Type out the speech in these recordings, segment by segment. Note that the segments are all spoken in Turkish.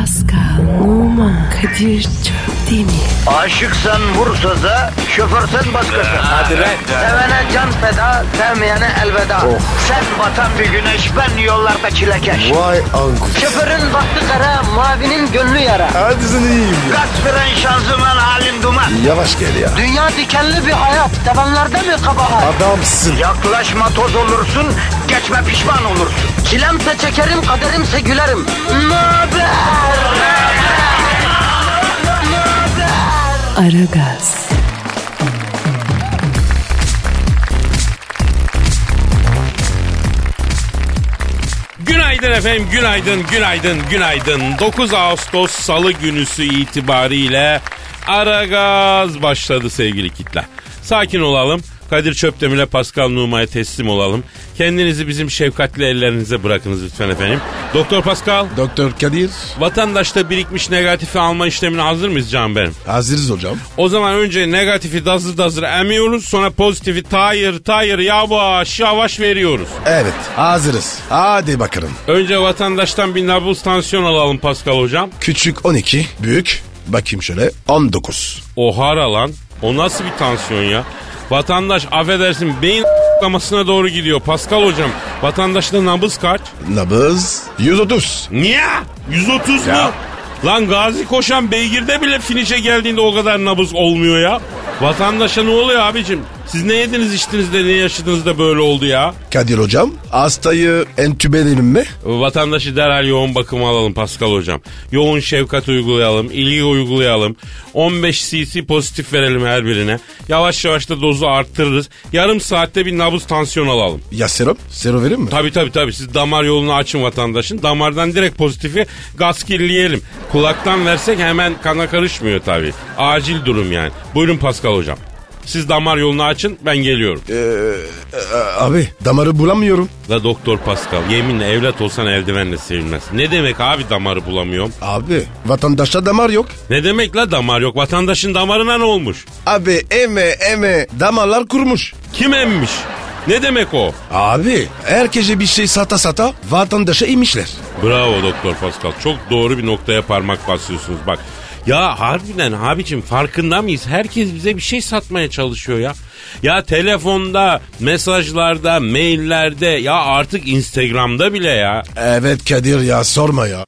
Pascal, Oman, Kadir çok değil mi? Aşıksan vursa da, şoförsen başkasın. Hadi lan. Sevene can feda, sevmeyene elveda. Sen batan bir güneş, ben yollarda çilekeş. Vay anku. Şoförün baktı kara, mavinin gönlü yara. Hadi sen iyiyim ya. Kasperen şanzıman halin duman. Yavaş gel ya. Dünya dikenli bir hayat, sevenlerde mi kabahar? Adamsın. Yaklaşma toz olursun, geçme pişman olursun. Çilemse çekerim, kaderimse gülerim. Möber! Aragaz. Günaydın efendim, günaydın. 9 Ağustos Salı günüsü itibariyle Aragaz başladı sevgili kitle. Sakin olalım, Kadir Çöpdemir'le Pascal Numa'ya teslim olalım. Kendinizi bizim şefkatli ellerinize bırakınız lütfen efendim. Doktor Pascal. Doktor Kadir. Vatandaşta birikmiş negatifi alma işlemine hazır mıyız canım benim? Hazırız hocam. O zaman önce negatifi dazır emiyoruz, sonra pozitifi tayır yavaş veriyoruz. Evet, hazırız. Hadi bakalım. Önce vatandaştan bir nabız tansiyon alalım Pascal hocam. Küçük 12, büyük bakayım şöyle 19. Ohara lan. O nasıl bir tansiyon ya? Vatandaş affedersin beyin a**lamasına doğru gidiyor Pascal hocam. Vatandaşta nabız kaç? Nabız 130. Niye? 130 Ya. mu? Lan Gazi Koşan beygirde bile finişe geldiğinde o kadar nabız olmuyor ya. Vatandaşa ne oluyor abicim? Siz ne yediniz içtiniz de ne yaşadınız da böyle oldu ya? Kadir hocam, hastayı entübe edelim mi? Vatandaşı derhal yoğun bakıma alalım Pascal hocam. Yoğun şefkat uygulayalım, ilgi uygulayalım. 15 cc pozitif verelim her birine. Yavaş yavaş da dozu arttırırız. Yarım saatte bir nabız tansiyon alalım. Ya serum? Serum verir mi? Tabii. Siz damar yolunu açın vatandaşın. Damardan direkt pozitifi gaskilleyelim. Kulaktan versek hemen kana karışmıyor tabii. Acil durum yani. Buyurun Pascal hocam. Siz damar yolunu açın, ben geliyorum. Abi damarı bulamıyorum. La Doktor Pascal, yeminle evlat olsan eldivenle sevilmez. Ne demek abi damarı bulamıyorum? Abi vatandaşta damar yok. Ne demek la damar yok? Vatandaşın damarına ne olmuş? Abi eme damarlar kurmuş. Kim emmiş? Ne demek o? Abi herkese bir şey sata vatandaşa imişler. Bravo Doktor Pascal, çok doğru bir noktaya parmak basıyorsunuz bak. Ya harbiden abicim farkında mıyız? Herkes bize bir şey satmaya çalışıyor ya. Ya telefonda, mesajlarda, maillerde, ya artık Instagram'da bile ya. Evet Kadir ya sorma ya.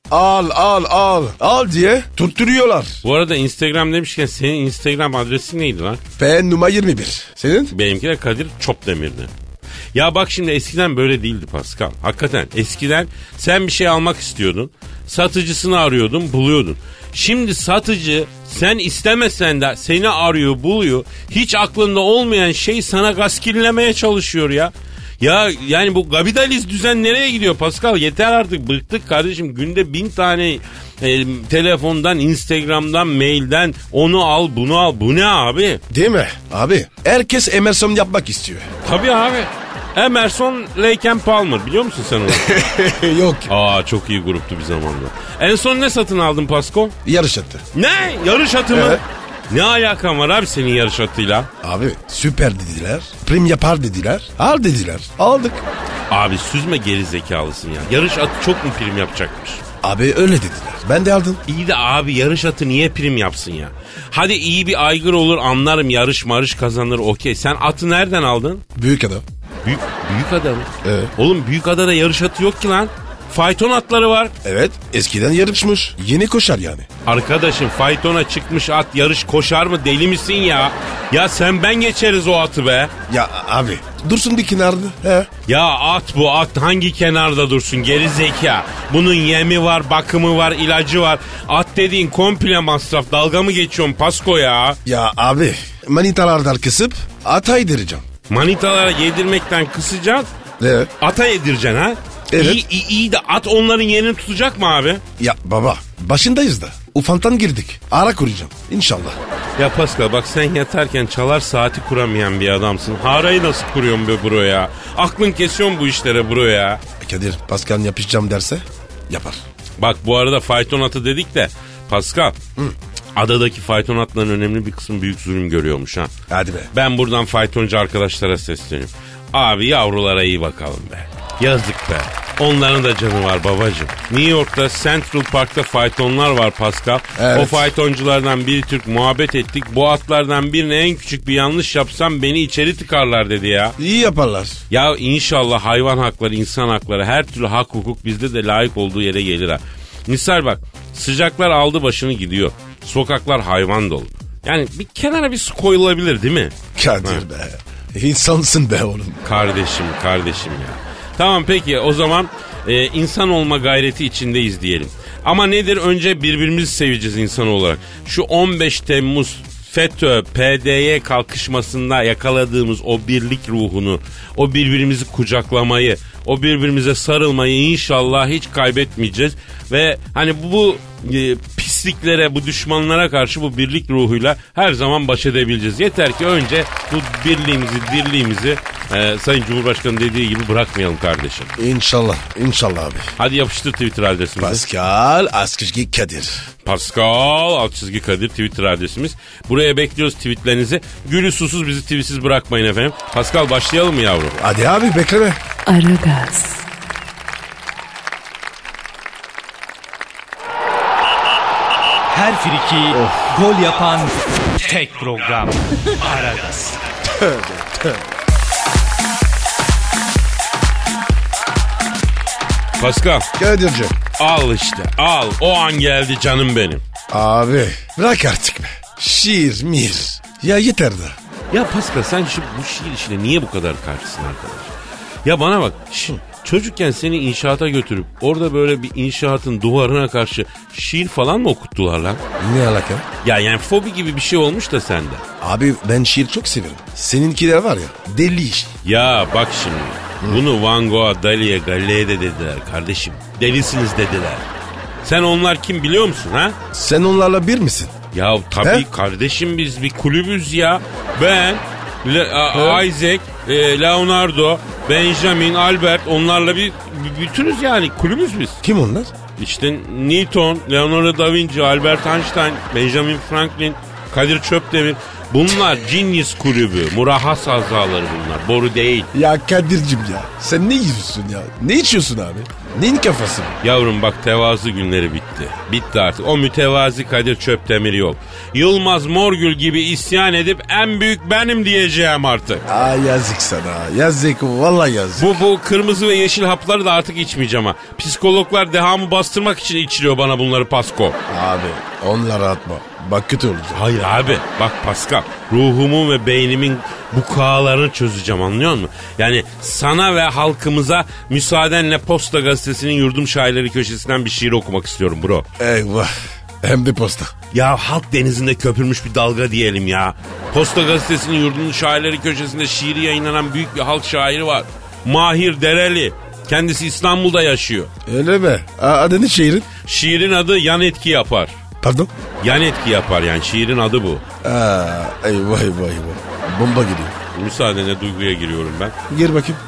Al diye tutturuyorlar. Bu arada Instagram demişken senin Instagram adresin neydi lan? P numara 21. Senin? Benimki de Kadir Çopdemir'di. Ya bak şimdi eskiden böyle değildi Pascal. Hakikaten eskiden sen bir şey almak istiyordun. Satıcısını arıyordun, buluyordun. Şimdi satıcı sen istemesen de seni arıyor, buluyor. Hiç aklında olmayan şeyi sana gaskillemeye çalışıyor ya. Ya yani bu kapitalist düzen nereye gidiyor Pascal? Yeter artık, bıktık kardeşim. Günde 1000 tane telefondan, Instagram'dan, mailden onu al, bunu al. Bu ne abi? Değil mi? Abi herkes Emerson yapmak istiyor. Tabii abi. Emerson, Lake and Palmer biliyor musun sen onu? Yok. Aa çok iyi gruptu bir zamanla. En son ne satın aldın Pasko? Yarış atı. Ne? Yarış atı mı? Evet. Ne alakan var abi senin yarış atıyla? Abi süper dediler. Prim yapar dediler. Al dediler. Aldık. Abi süzme geri zekalısın ya. Yarış atı çok mu prim yapacakmış? Abi öyle dediler. Ben de aldım. İyi de abi yarış atı niye prim yapsın ya? Hadi iyi bir aygır olur anlarım, yarış marış kazanır okey. Sen atı nereden aldın? Büyük adam. Büyük ada mı? Evet. Oğlum büyük adada yarış atı yok ki lan. Fayton atları var. Evet eskiden yarışmış. Yeni koşar yani. Arkadaşım faytona çıkmış at yarış koşar mı, deli misin ya? Ya sen ben geçeriz o atı be. Ya abi dursun bir kenarda. He. Ya at bu at hangi kenarda dursun geri zeka. Bunun yemi var, bakımı var, ilacı var. At dediğin komple masraf, dalga mı geçiyorsun Pasko ya? Ya abi manitalardan kısıp ata yedireceğim. Manitalara yedirmekten kısacaksın. Evet. Ata yedireceksin ha? Evet. İyi de at onların yerini tutacak mı abi? Ya baba başındayız da ufantan girdik. Ara kuracağım inşallah. Ya Pascal bak sen yatarken çalar saati kuramayan bir adamsın. Harayı nasıl kuruyorsun be bro ya? Aklın kesiyor bu işlere bro ya? Kadir Pascal yapacağım derse yapar. Bak bu arada fayton atı dedik de Pascal. Adadaki fayton atların önemli bir kısmı büyük zulüm görüyormuş ha. Hadi be. Ben buradan faytoncu arkadaşlara sesleniyorum. Abi yavrulara iyi bakalım be. Yazık be. Onların da canı var babacığım. New York'ta Central Park'ta faytonlar var Pascal. Evet. O faytonculardan biri Türk, muhabbet ettik. Bu atlardan birine en küçük bir yanlış yapsam beni içeri tıkarlar dedi ya. İyi yaparlar. Ya inşallah hayvan hakları, insan hakları, her türlü hak hukuk bizde de layık olduğu yere gelir ha. Misal bak, sıcaklar aldı başını gidiyor. Sokaklar hayvan dolu. Yani bir kenara bir su koyulabilir değil mi? Kadir be. İnsansın be oğlum. Kardeşim ya. Tamam peki o zaman insan olma gayreti içindeyiz diyelim. Ama nedir? Önce birbirimizi seveceğiz insan olarak. Şu 15 Temmuz FETÖ, PDY kalkışmasında yakaladığımız o birlik ruhunu, o birbirimizi kucaklamayı, o birbirimize sarılmayı inşallah hiç kaybetmeyeceğiz. Ve hani bu pisliklere, bu düşmanlara karşı bu birlik ruhuyla her zaman baş edebileceğiz. Yeter ki önce bu birliğimizi, dirliğimizi Sayın Cumhurbaşkanı dediği gibi bırakmayalım kardeşim. İnşallah abi. Hadi yapıştır Twitter adresimizi. Pascal Askışgi Kadir. Pascal _Kadir Twitter adresimiz. Buraya bekliyoruz tweetlerinizi. Gülü susuz bizi tweetsiz bırakmayın efendim. Pascal başlayalım mı yavrum? Hadi abi bekleme. Aragaz. Her friki gol yapan tek program. Aragaz. Pascal Kadir'cim. al işte al. O an geldi canım benim. Abi bırak artık be. Şiir mir. Ya yeter de. Ya Pascal sen bu şiir işine niye bu kadar karşısın arkadaş? Ya bana bak çocukken seni inşaata götürüp orada böyle bir inşaatın duvarına karşı şiir falan mı okuttular lan? Ne alaka? Ya yani fobi gibi bir şey olmuş da sende. Abi ben şiir çok severim. Seninkiler var ya deli iş. Ya bak şimdi bunu Van Gogh'a, Dali'ye, Galile'ye de dediler kardeşim. Delisiniz dediler. Sen onlar kim biliyor musun ha? Sen onlarla bir misin? Ya tabii kardeşim biz bir kulübüz ya. Ben, Isaac, Leonardo, Benjamin, Albert onlarla bir bütünüz yani kulübüz biz. Kim onlar? İşte Newton, Leonardo da Vinci, Albert Einstein, Benjamin Franklin, Kadir Çöpdemir. Bunlar Genius kulübü, murahhas azaları bunlar, boru değil. Ya Kadir'cim ya sen ne yiyorsun ya? Ne içiyorsun abi? Neyin kafası? Yavrum bak tevazu günleri bitti. Bitti artık. O mütevazi Kadir Çöpdemir yok. Yılmaz Morgül gibi isyan edip en büyük benim diyeceğim artık. Aa yazık sana. Yazık vallahi yazık. Bu kırmızı ve yeşil hapları da artık içmeyeceğim ha. Psikologlar dehamı bastırmak için içiriyor bana bunları Pasko. Abi onları atma. Bak kötü olacak. Hayır abi bak Pascal ruhumun ve beynimin bukağalarını çözeceğim anlıyor musun? Yani sana ve halkımıza müsaadenle Posta Gazetesi'nin Yurdum Şairleri köşesinden bir şiir okumak istiyorum bro. Eyvah. Hem de posta. Ya halk denizinde köpürmüş bir dalga diyelim ya. Posta Gazetesi'nin Yurdum Şairleri köşesinde şiiri yayınlanan büyük bir halk şairi var. Mahir Dereli. Kendisi İstanbul'da yaşıyor. Öyle mi? Adı ne şiirin? Şiirin adı Yan Etki Yapar. Pardon? Yan etki yapar yani şiirin adı bu. Eyvah. Bomba gidiyor. Müsaadenle duyguya giriyorum ben. Gir bakayım.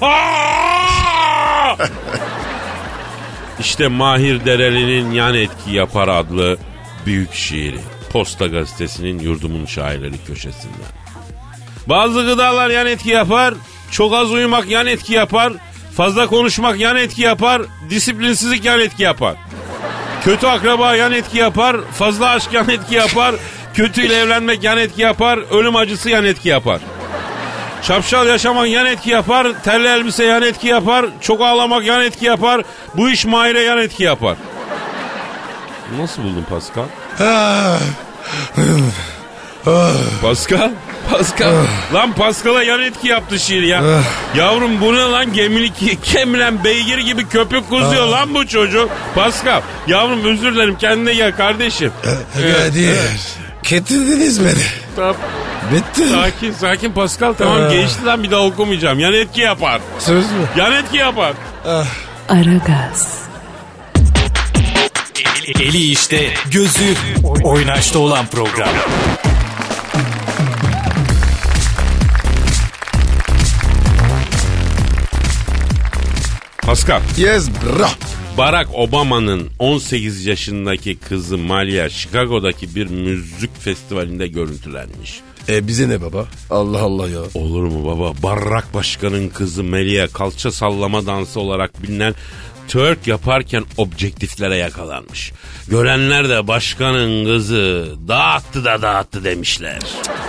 İşte Mahir Dereli'nin Yan Etki Yapar adlı büyük şiiri. Posta Gazetesi'nin Yurdumun Şairleri köşesinde. Bazı gıdalar yan etki yapar. Çok az uyumak yan etki yapar. Fazla konuşmak yan etki yapar. Disiplinsizlik yan etki yapar. Kötü akraba yan etki yapar. Fazla aşk yan etki yapar. Kötüyle evlenmek yan etki yapar. Ölüm acısı yan etki yapar. Şapşal yaşamak yan etki yapar. Terli elbise yan etki yapar. Çok ağlamak yan etki yapar. Bu iş Mahir'e yan etki yapar. Nasıl buldun Pascal? Pascal? Lan Pascal'a yan etki yaptı şiir ya. Yavrum bu ne lan, gemilik kemiren beygir gibi köpük kuzuyor lan bu çocuk. Pascal yavrum özür dilerim, kendine gel kardeşim. Hadi. Getirdiniz beni. Tamam. Bitti. Sakin Pascal, tamam geçti lan, bir daha okumayacağım. Yan etki yapar. Söz mü? Yan etki yapar. Aragaz. Eli işte, gözü oynaşta olan program. Pascal. Yes bro. Barack Obama'nın 18 yaşındaki kızı Malia Chicago'daki bir müzik festivalinde görüntülenmiş. Bize ne baba? Allah Allah ya. Olur mu baba? Barrak Başkan'ın kızı Melia kalça sallama dansı olarak bilinen twerk yaparken objektiflere yakalanmış. Görenler de başkanın kızı dağıttı demişler.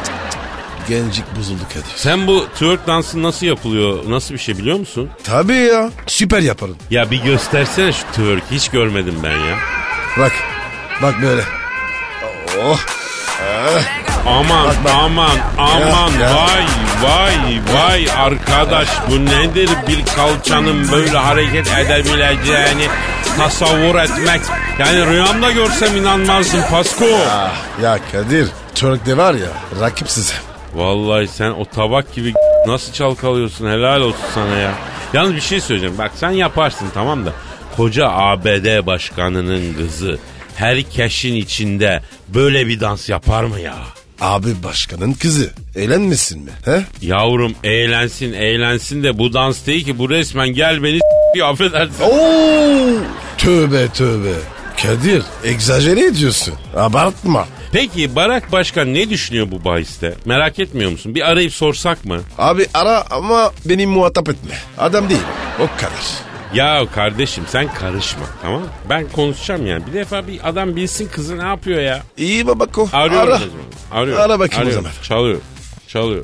Gencik bozuldu Kadir. Sen bu twerk dansı nasıl yapılıyor? Nasıl bir şey biliyor musun? Tabii ya. Süper yaparım. Ya bir göstersene şu twerk. Hiç görmedim ben ya. Bak. Bak böyle. Oh. Aman Bak, bak. aman Ya. vay arkadaş bu nedir bir kalçanın böyle hareket edebileceğini tasavvur etmek. Yani rüyamda görsem inanmazdım Pasko. Ya Kadir. Türk'te var ya rakipsiz. Vallahi sen o tabak gibi nasıl çalkalıyorsun, helal olsun sana ya. Yalnız bir şey söyleyeceğim, bak sen yaparsın tamam da koca ABD başkanının kızı herkesin içinde böyle bir dans yapar mı ya? Abi başkanın kızı. Eğlenmesin mi? He? Yavrum eğlensin de bu dans değil ki, bu resmen gel beni s***, affedersin. Oo! Tövbe. Kadir egzajere ediyorsun. Abartma. Peki Barak Başkan ne düşünüyor bu bahiste? Merak etmiyor musun? Bir arayıp sorsak mı? Abi ara ama beni muhatap etme. Adam değil. O kadar. Ya kardeşim sen karışma, tamam mı? Ben konuşacağım yani. Bir defa bir adam bilsin kızı ne yapıyor ya. İyi babako. Arıyorum Ara. o zaman. Arıyorum. Ara bakayım o Arıyorum. zaman. Çalıyor.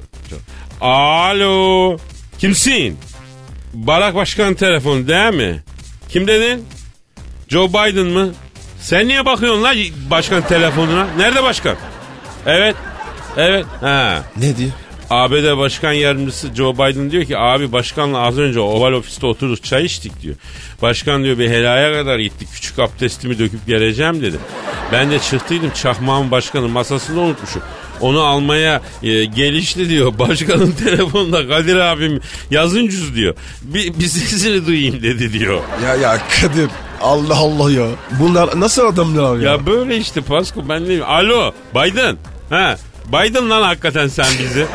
Alo. Kimsin? Barak Başkan telefonu değil mi? Kim dedin? Joe Biden mı? Sen niye bakıyorsun lan başkan telefonuna? Nerede başkan? Evet. Ha. Ne diyor? ABD Başkan Yardımcısı Joe Biden diyor ki abi başkanla az önce Oval Ofis'te oturduk çay içtik diyor. Başkan diyor bir helaya kadar gittik, küçük abdestimi döküp geleceğim dedi. Ben de çıktıydım, çakmağın başkanın masasında unutmuşum. Onu almaya gelişti diyor. Başkanın telefonunda Kadir abim yazıncız diyor. Bir sesini duyayım dedi diyor. Ya Kadir. Allah Allah ya. Bunlar nasıl adamlar ya? Ya böyle işte Pasko, ben ne? Alo Biden. Ha Biden lan hakikaten sen bizi.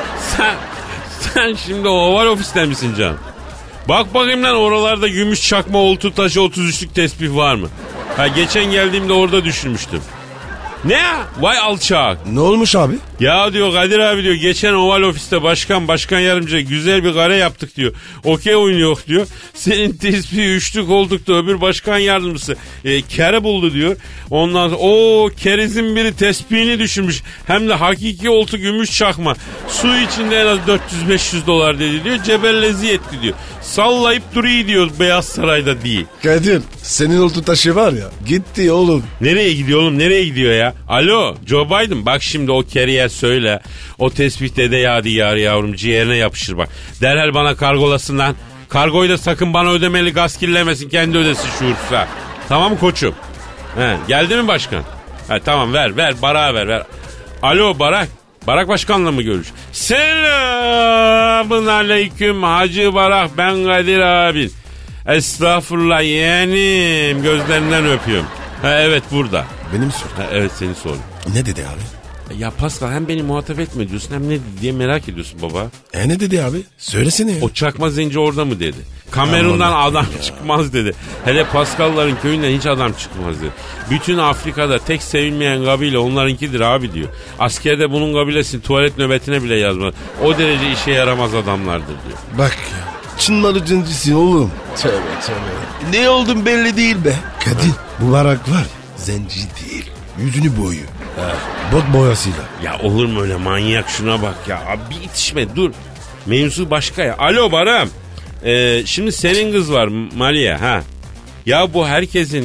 Sen şimdi Oval Ofis'te misin can? Bak bakayım lan oralarda gümüş çakma oltu taşı 33'lük tespih var mı? Ha geçen geldiğimde orada düşürmüştüm. Ne? Vay alçak. Ne olmuş abi? Ya diyor Kadir abi diyor geçen Oval Ofis'te başkan yardımcı güzel bir kare yaptık diyor. Okey oynuyor diyor. Senin tespihi üçlük olduk da öbür başkan yardımcısı kere buldu diyor. Ondan sonra o kerizin biri tespihini düşürmüş. Hem de hakiki oltu gümüş çakma. Su içinde en az $400-500 dedi diyor. Cebellezi etti diyor. Sallayıp duruyor diyor Beyaz Saray'da değil. Kadir senin oltu taşı var ya gitti oğlum. Nereye gidiyor oğlum, nereye gidiyor ya? Alo Joe Biden bak şimdi o keriye söyle. O tespih dede yadigarı yavrum ciğerine yapışır bak. Derhal bana kargolasın lan. Kargoyu da sakın bana ödemeli gaz kirlemesin, kendi ödesin şuursa. Tamam mı koçum? He, geldi mi başkan? Ha, tamam ver Barak'a ver. Alo Barak Başkan'la mı görüş? Selamun aleyküm Hacı Barak, ben Kadir abin. Estağfurullah yeğenim, gözlerinden öpüyorum. Ha evet burada. Benim sordum. Ha, evet seni sordum. Ne dedi abi? Ya Pascal hem beni muhatap etme diyorsun hem ne dedi diye merak ediyorsun baba. Ne dedi abi? Söylesene ya. O çakma zenci orada mı dedi. Kamerun'dan Aman adam ya. çıkmaz dedi. Hele Pascal'ların köyünden hiç adam çıkmaz dedi. Bütün Afrika'da tek sevilmeyen kabile onlarınkidir abi diyor. Askerde bunun kabilesini tuvalet nöbetine bile yazmaz. O derece işe yaramaz adamlardır diyor. Bak ya. Çin malı zencisin oğlum. Tövbe. Ne oldun belli değil be. Kadir bu Barak var. Zenci değil. Yüzünü boyuyor. Bot boyasıyla. Ya olur mu öyle manyak, şuna bak ya. Abi bir itişme dur. Mevzu başka ya. Alo Baram. Şimdi senin kız var Malia ha. Ya bu herkeslerin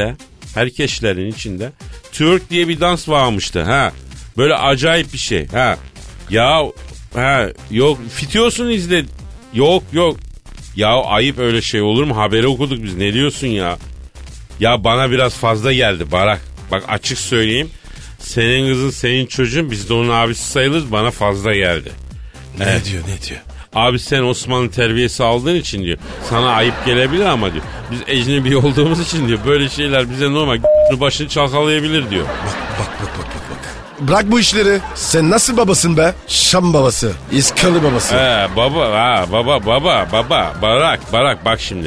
içinde Türk diye bir dans varmıştı ha. Böyle acayip bir şey ha. Ya yok fitiyorsun izle. Yok. Ya ayıp, öyle şey olur mu? Haberi okuduk biz. Ne diyorsun ya? Ya bana biraz fazla geldi Barak. Bak açık söyleyeyim. Senin kızın senin çocuğun, biz de onun abisi sayılırız, bana fazla geldi. Ne diyor? Abi sen Osmanlı terbiyesi aldığın için diyor. Sana ayıp gelebilir ama diyor. Biz ecnebi olduğumuz için diyor. Böyle şeyler bize normal başını çalkalayabilir diyor. Bak. Bırak bu işleri. Sen nasıl babasın be? Şam babası. İskalı babası. Baba Barak bak şimdi.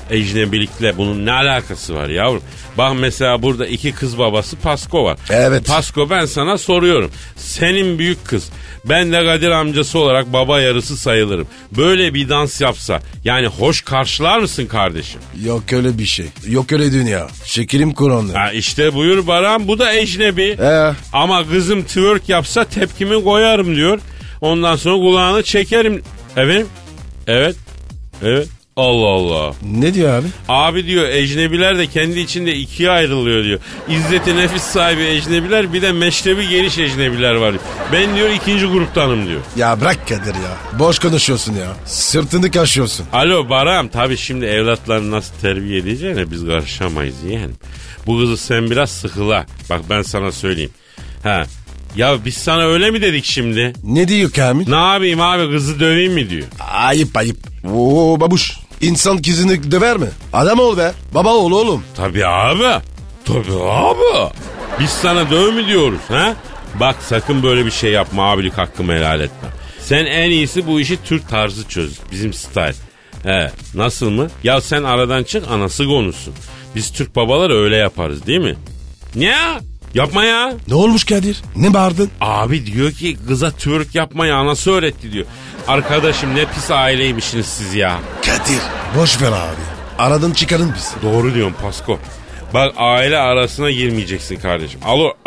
ecnebilikle bunun ne alakası var yavrum? Bak mesela burada iki kız babası Pasko var. Evet. Pasko, ben sana soruyorum. Senin büyük kız, ben de Kadir amcası olarak baba yarısı sayılırım. Böyle bir dans yapsa yani hoş karşılar mısın kardeşim? Yok öyle bir şey. Yok öyle dünya. Şekerim Kur'an'da. Ha işte buyur Baran, bu da ecnebi. Ama kızım twerk yapsa tepkimi koyarım diyor. Ondan sonra kulağını çekerim. Evet. Evet. Evet. Allah Allah. Ne diyor abi? Abi diyor, ecnebiler de kendi içinde ikiye ayrılıyor diyor. İzzeti nefis sahibi ecnebiler, bir de meşrebi geniş ecnebiler var. Ben diyor ikinci gruptanım diyor. Ya bırak Kadir ya. Boş konuşuyorsun ya. Sırtını kaşıyorsun. Alo Baram, tabii şimdi evlatlarını nasıl terbiye edeceğine biz karışamayız yani. Bu kızı sen biraz sıkıla. Bak ben sana söyleyeyim. Ha. Ya biz sana öyle mi dedik şimdi? Ne diyor Kamil? Ne yapayım abi, kızı döveyim mi diyor. Ayıp ayıp. Oo babuş. İnsan kızını döver mi? Adam ol be. Baba ol oğlum. Tabii abi. Tabii abi. Biz sana döv mü diyoruz ha? Bak sakın böyle bir şey yapma, abilik hakkımı helal etme. Sen en iyisi bu işi Türk tarzı çöz. Bizim style. He, nasıl mı? Ya sen aradan çık, anası konuşsun. Biz Türk babalar öyle yaparız değil mi? Ne? Yapma ya. Ne olmuş Kadir? Ne bağırdın? Abi diyor ki kıza twerk yapmayı anası öğretti diyor. Arkadaşım ne pis aileymişsiniz siz ya. Kadir boş ver abi. Aradan çıkarın bizi. Doğru diyorsun Pasko. Bak aile arasına girmeyeceksin kardeşim.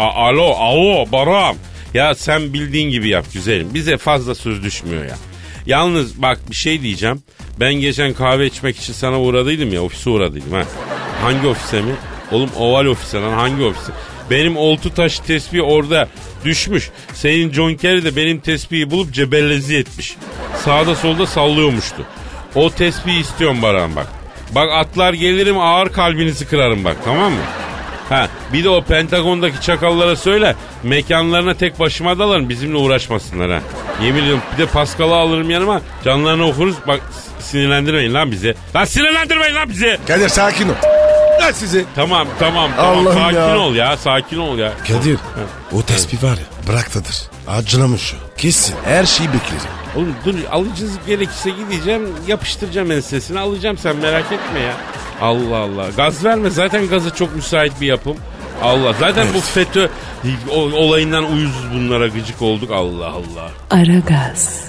Alo Baram. Ya sen bildiğin gibi yap güzelim. Bize fazla söz düşmüyor ya. Yalnız bak bir şey diyeceğim. Ben geçen kahve içmek için sana uğradıydım ya, ofise uğradıydım ha. Hangi ofise mi? Oğlum oval ofise lan, hangi ofise? Benim oltu taşı tespihi orada düşmüş. Senin John Kerry de benim tespihi bulup cebellezi etmiş. Sağda solda sallıyormuştu. O tespihi istiyorum Baran bak. Bak atlar gelirim, ağır kalbinizi kırarım bak, tamam mı? Ha, bir de o Pentagon'daki çakallara söyle, mekanlarına tek başıma dalarım, bizimle uğraşmasınlar ha. Yemin ediyorum, bir de Paskal'ı alırım yanıma, canlarını okuruz. Bak sinirlendirmeyin lan bizi. Lan sinirlendirmeyin lan bizi. Kadir sakin ol. Lan sizi. Tamam. Allah'ım Sakin ol ya. Kadir o tespih var ya, bıraktadır. Acılamış o. Kesin her şeyi beklerim. Oğlum dur, alacağız, gerekirse gideceğim, yapıştıracağım ensesini, alacağım, sen merak etme ya. Allah Allah. Gaz verme, zaten gaza çok müsait bir yapım. Allah, zaten evet. Bu FETÖ olayından uyuzuz, bunlara gıcık olduk. Allah Allah. Aragaz.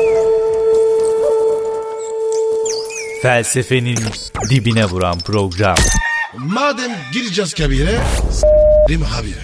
Felsefenin dibine vuran program. Madem gireceğiz kabire, değil mi abi?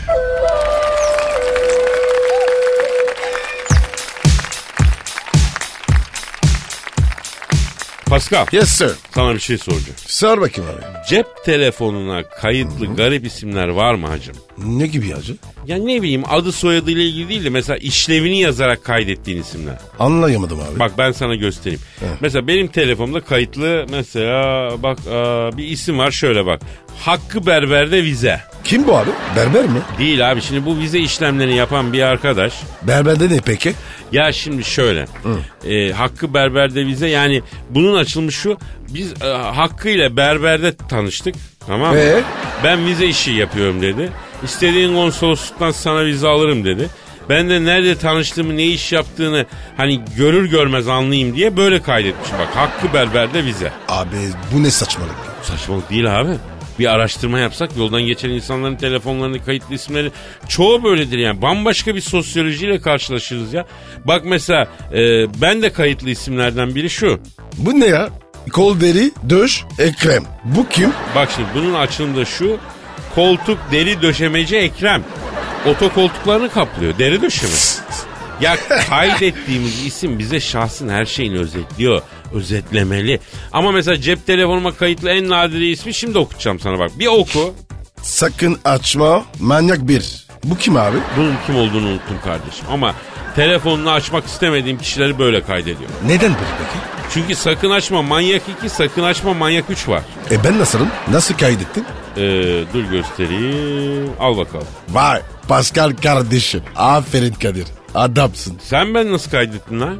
Pascal. Yes sir. Sana bir şey soracağım. Sor bakayım abi. Cep telefonuna kayıtlı garip isimler var mı hacım? Ne gibi hacı? Ya ne bileyim, adı soyadıyla ilgili değil de mesela işlevini yazarak kaydettiğin isimler. Anlayamadım abi. Bak ben sana göstereyim. Mesela benim telefonumda kayıtlı mesela bak bir isim var, şöyle bak. Hakkı Berber'de vize. Kim bu abi? Berber mi? Değil abi, şimdi bu vize işlemlerini yapan bir arkadaş. Berber'de ne peki? Ya şimdi şöyle. Hakkı Berber'de vize, yani bunun açılmış şu. Biz Hakkı ile Berber'de tanıştık. Tamam mı? Ben vize işi yapıyorum dedi. İstediğin konsolosluktan sana vize alırım dedi. Ben de nerede tanıştığımı, ne iş yaptığını hani görür görmez anlayayım diye böyle kaydetmişim. Bak, Hakkı Berber'de vize. Abi bu ne saçmalık? Saçmalık değil abi. Bir araştırma yapsak yoldan geçen insanların telefonlarını, kayıtlı isimleri, çoğu böyledir yani. Bambaşka bir sosyolojiyle karşılaşırız ya. Bak mesela ben de kayıtlı isimlerden biri şu. Bu ne ya? Kol, deri, döş, Ekrem. Bu kim? Bak şimdi bunun açılımda şu. Koltuk, deri, döşemeci Ekrem. Otokoltuklarını kaplıyor. Deri döşeme. Ya kaydettiğimiz isim bize şahsın her şeyini özetliyor. Özetlemeli. Ama mesela cep telefonuma kayıtlı en nadiri ismi şimdi okutacağım sana bak. Bir oku. Sakın açma, manyak bir. Bu kim abi? Bunun kim olduğunu unuttum kardeşim. Ama telefonunu açmak istemediğim kişileri böyle kaydediyorum. Neden böyle peki? Çünkü sakın açma manyak 2, sakın açma manyak 3 var. Ben nasılım? Nasıl kaydettin? Dur göstereyim. Al bakalım. Vay Pascal kardeşim. Aferin Kadir. Adamsın. Sen ben nasıl kaydettin lan?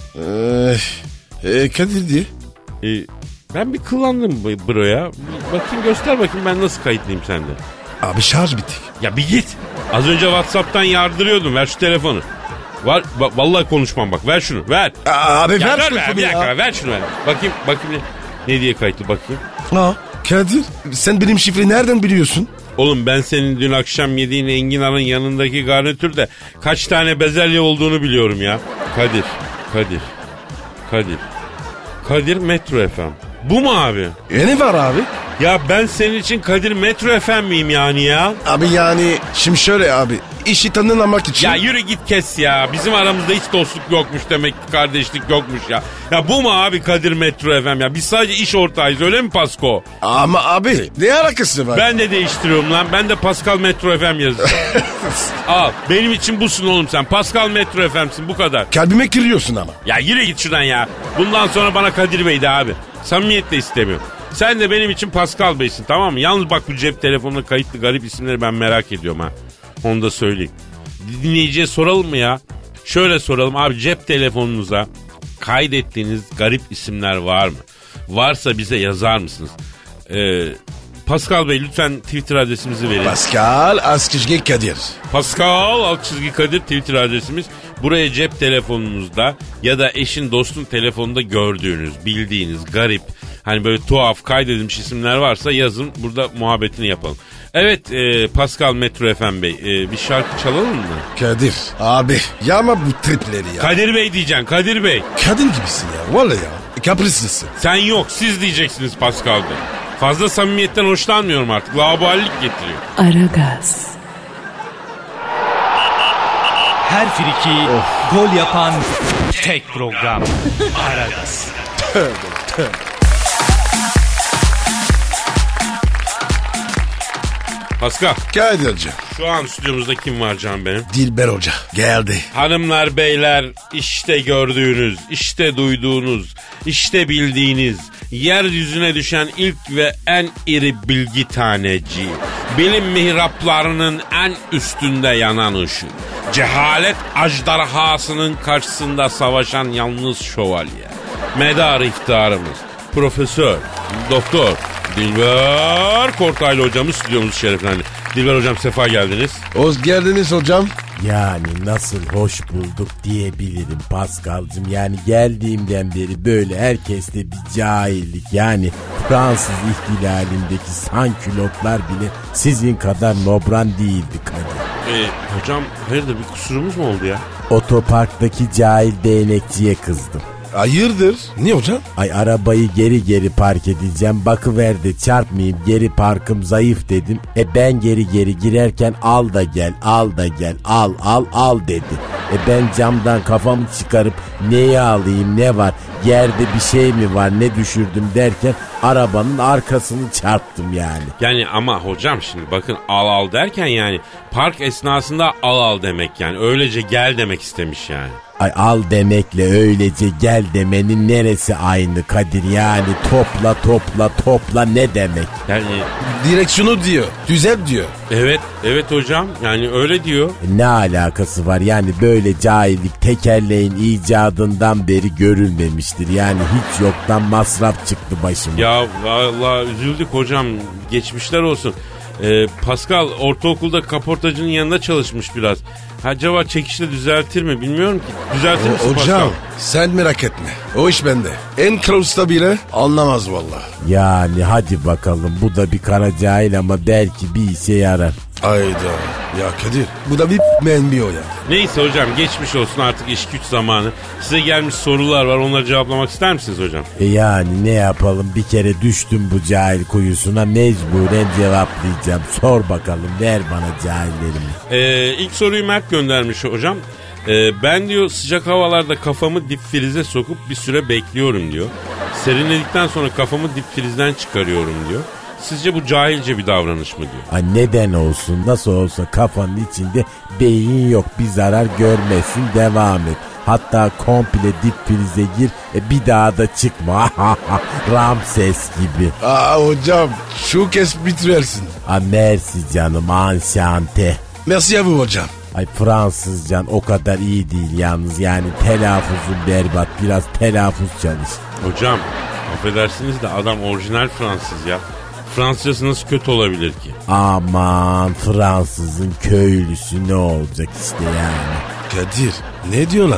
Kadir diye. Ben bir kullandım broya. Bakayım, göster bakayım ben nasıl kayıtlıyım sende. Abi şarj bitik. Ya bir git. Az önce WhatsApp'tan yardırıyordum. Ver şu telefonu. Vallahi konuşmam bak. Ver şunu. Ver. Abi ya ver bir dakika, ver şunu ver. Bakayım ne diye kayıtlı bakayım. Aa, Kadir sen benim şifreyi nereden biliyorsun? Oğlum ben senin dün akşam yediğin enginarın yanındaki garnitürde kaç tane bezelye olduğunu biliyorum ya. Kadir Metro FM. Bu mu abi? Ne var abi? Ya ben senin için Kadir Metro FM miyim yani ya? Abi yani şimdi şöyle abi. İşi tanımlamak için. Ya yürü git kes ya. Bizim aramızda hiç dostluk yokmuş demek ki, kardeşlik yokmuş ya. Ya bu mu abi Kadir Metro FM ya? Biz sadece iş ortağıyız öyle mi Pasko? Ama abi ne alakası var? Ben de değiştiriyorum lan. Ben de Pascal Metro FM yazacağım. Al benim için busun oğlum sen. Pascal Metro FM'sin bu kadar. Kalbime kırıyorsun ama. Ya yürü git şuradan ya. Bundan sonra bana Kadir Bey de abi. Samimiyetle istemiyorum. Sen de benim için Pascal Bey'sin tamam mı? Yalnız bak bu cep telefonuna kayıtlı garip isimleri ben merak ediyorum ha. Onu da söyleyeyim. Dinleyiciye soralım mı ya? Şöyle soralım abi, cep telefonunuza kaydettiğiniz garip isimler var mı? Varsa bize yazar mısınız? Pascal Bey lütfen Twitter adresimizi verin. Pascal _ Kadir. Pascal _ Kadir Twitter adresimiz. Buraya cep telefonunuzda ya da eşin dostun telefonunda gördüğünüz, bildiğiniz garip, hani böyle tuhaf kaydedilmiş isimler varsa yazın, burada muhabbetini yapalım. Evet Pascal Metro FM Bey, bir şarkı çalalım mı? Kadir abi ya ama bu tripleri ya. Kadir Bey diyeceksin, Kadir Bey. Kadın gibisin ya vallahi ya. Kaprislisin. Sen yok, siz diyeceksiniz Pascal Bey. Fazla samimiyetten hoşlanmıyorum artık, laubalilik getiriyor. Aragaz. Her friki gol yapan tek program. Aragaz. Tövbe. Pascal. Kadir'cim. Şu an stüdyomuzda kim var canım benim? Dilber Hoca geldi. Hanımlar beyler, işte gördüğünüz, işte duyduğunuz, işte bildiğiniz, yeryüzüne düşen ilk ve en iri bilgi taneci, bilim mihraplarının en üstünde yanan ışık, cehalet ajdarhasının karşısında savaşan yalnız şövalye, medar iftiharımız, Profesör, Doktor Dilber Kortaylı hocamız stüdyomuzu şereflendi. Dilber hocam sefa geldiniz. Hoş geldiniz hocam. Yani nasıl hoş bulduk diyebilirim Pascal'cığım. Yani geldiğimden beri böyle herkeste bir cahillik. Yani Fransız ihtilalindeki sankülotlar bile sizin kadar nobran değildi Kadir. Hocam hayırdır, bir kusurumuz mu oldu ya? Otoparktaki cahil değnekçiye kızdım. Hayırdır? Niye hocam? Ay arabayı geri park edeceğim. Bakıverdi çarpmayayım, geri parkım zayıf dedim. Ben geri girerken al da gel al dedi. Ben camdan kafamı çıkarıp neyi alayım, ne var, yerde bir şey mi var, ne düşürdüm derken arabanın arkasını çarptım yani. Yani ama hocam şimdi bakın, al derken yani park esnasında al demek, yani öylece gel demek istemiş yani. Ay al demekle öylece gel demenin neresi aynı Kadir, yani topla ne demek? Yani direksiyonu diyor, düzelt diyor. Evet hocam, yani öyle diyor. Ne alakası var yani, böyle cahillik tekerleğin icadından beri görülmemiştir. Yani hiç yoktan masraf çıktı başıma. Ya vallahi üzüldük hocam, geçmişler olsun. Pascal ortaokulda kaportacının yanında çalışmış biraz. Acaba çekişle düzeltir mi bilmiyorum ki. Düzeltir misin hocam, Pascal? sen merak etme. O iş bende. En kral usta bile anlamaz vallahi. Yani hadi bakalım, bu da bir kara cahil ama belki bir işe yarar. Ayda. Ya Kadir, bu da bir menbi o ya. Neyse hocam, geçmiş olsun, artık iş güç zamanı. Size gelmiş sorular var, onları cevaplamak ister misiniz hocam? Yani ne yapalım, bir kere düştüm bu cahil kuyusuna, mecburen cevaplayacağım. Sor bakalım, ver bana cahillerimi. İlk soruyu Mert göndermiş hocam. Ben diyor sıcak havalarda kafamı dip frize sokup bir süre bekliyorum diyor. Serinledikten sonra kafamı dip frizden çıkarıyorum diyor. Sizce bu cahilce bir davranış mı diyor? Ha, neden olsun, nasıl olsa kafanın içinde beyin yok, bir zarar görmesin, devam et. Hatta komple dip frize gir, bir daha da çıkma. Ramses gibi. Hocam şu kez bitversin. Merci canım, enchante. Merci à vous hocam. Ay Fransızcan o kadar iyi değil yalnız, yani telaffuzun berbat, biraz telaffuz çalış. Hocam affedersiniz de adam orijinal Fransız ya. Fransızcası nasıl kötü olabilir ki? Aman Fransızın köylüsü ne olacak işte yani. Kadir ne diyor lan bu?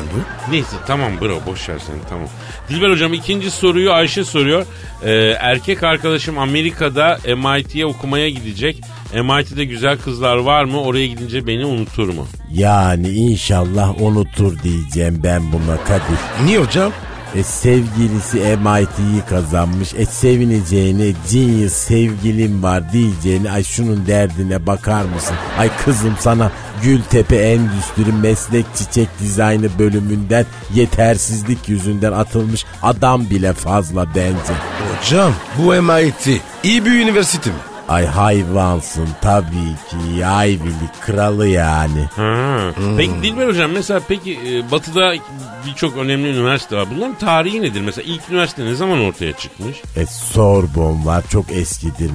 Neyse tamam bro boş ver sen tamam. Dilber hocam ikinci soruyu Ayşe soruyor. Erkek arkadaşım Amerika'da MIT'ye okumaya gidecek. MIT'de güzel kızlar var mı? Oraya gidince beni unutur mu? Yani inşallah unutur diyeceğim ben buna Kadir. Niye hocam? Sevgilisi MIT'yi kazanmış. Sevineceğine genius sevgilim var diyeceğine ay şunun derdine bakar mısın? Ay kızım sana Gültepe Endüstri Meslek Çiçek Dizaynı bölümünden yetersizlik yüzünden atılmış adam bile fazla bence. Hocam bu MIT iyi bir üniversite mi? Ay hayvansın tabii ki Ivy League kralı yani. Peki Dilber hocam mesela batıda birçok önemli üniversite var. Bunların tarihi nedir? Mesela ilk üniversite ne zaman ortaya çıkmış? Sorbonne var çok eskidir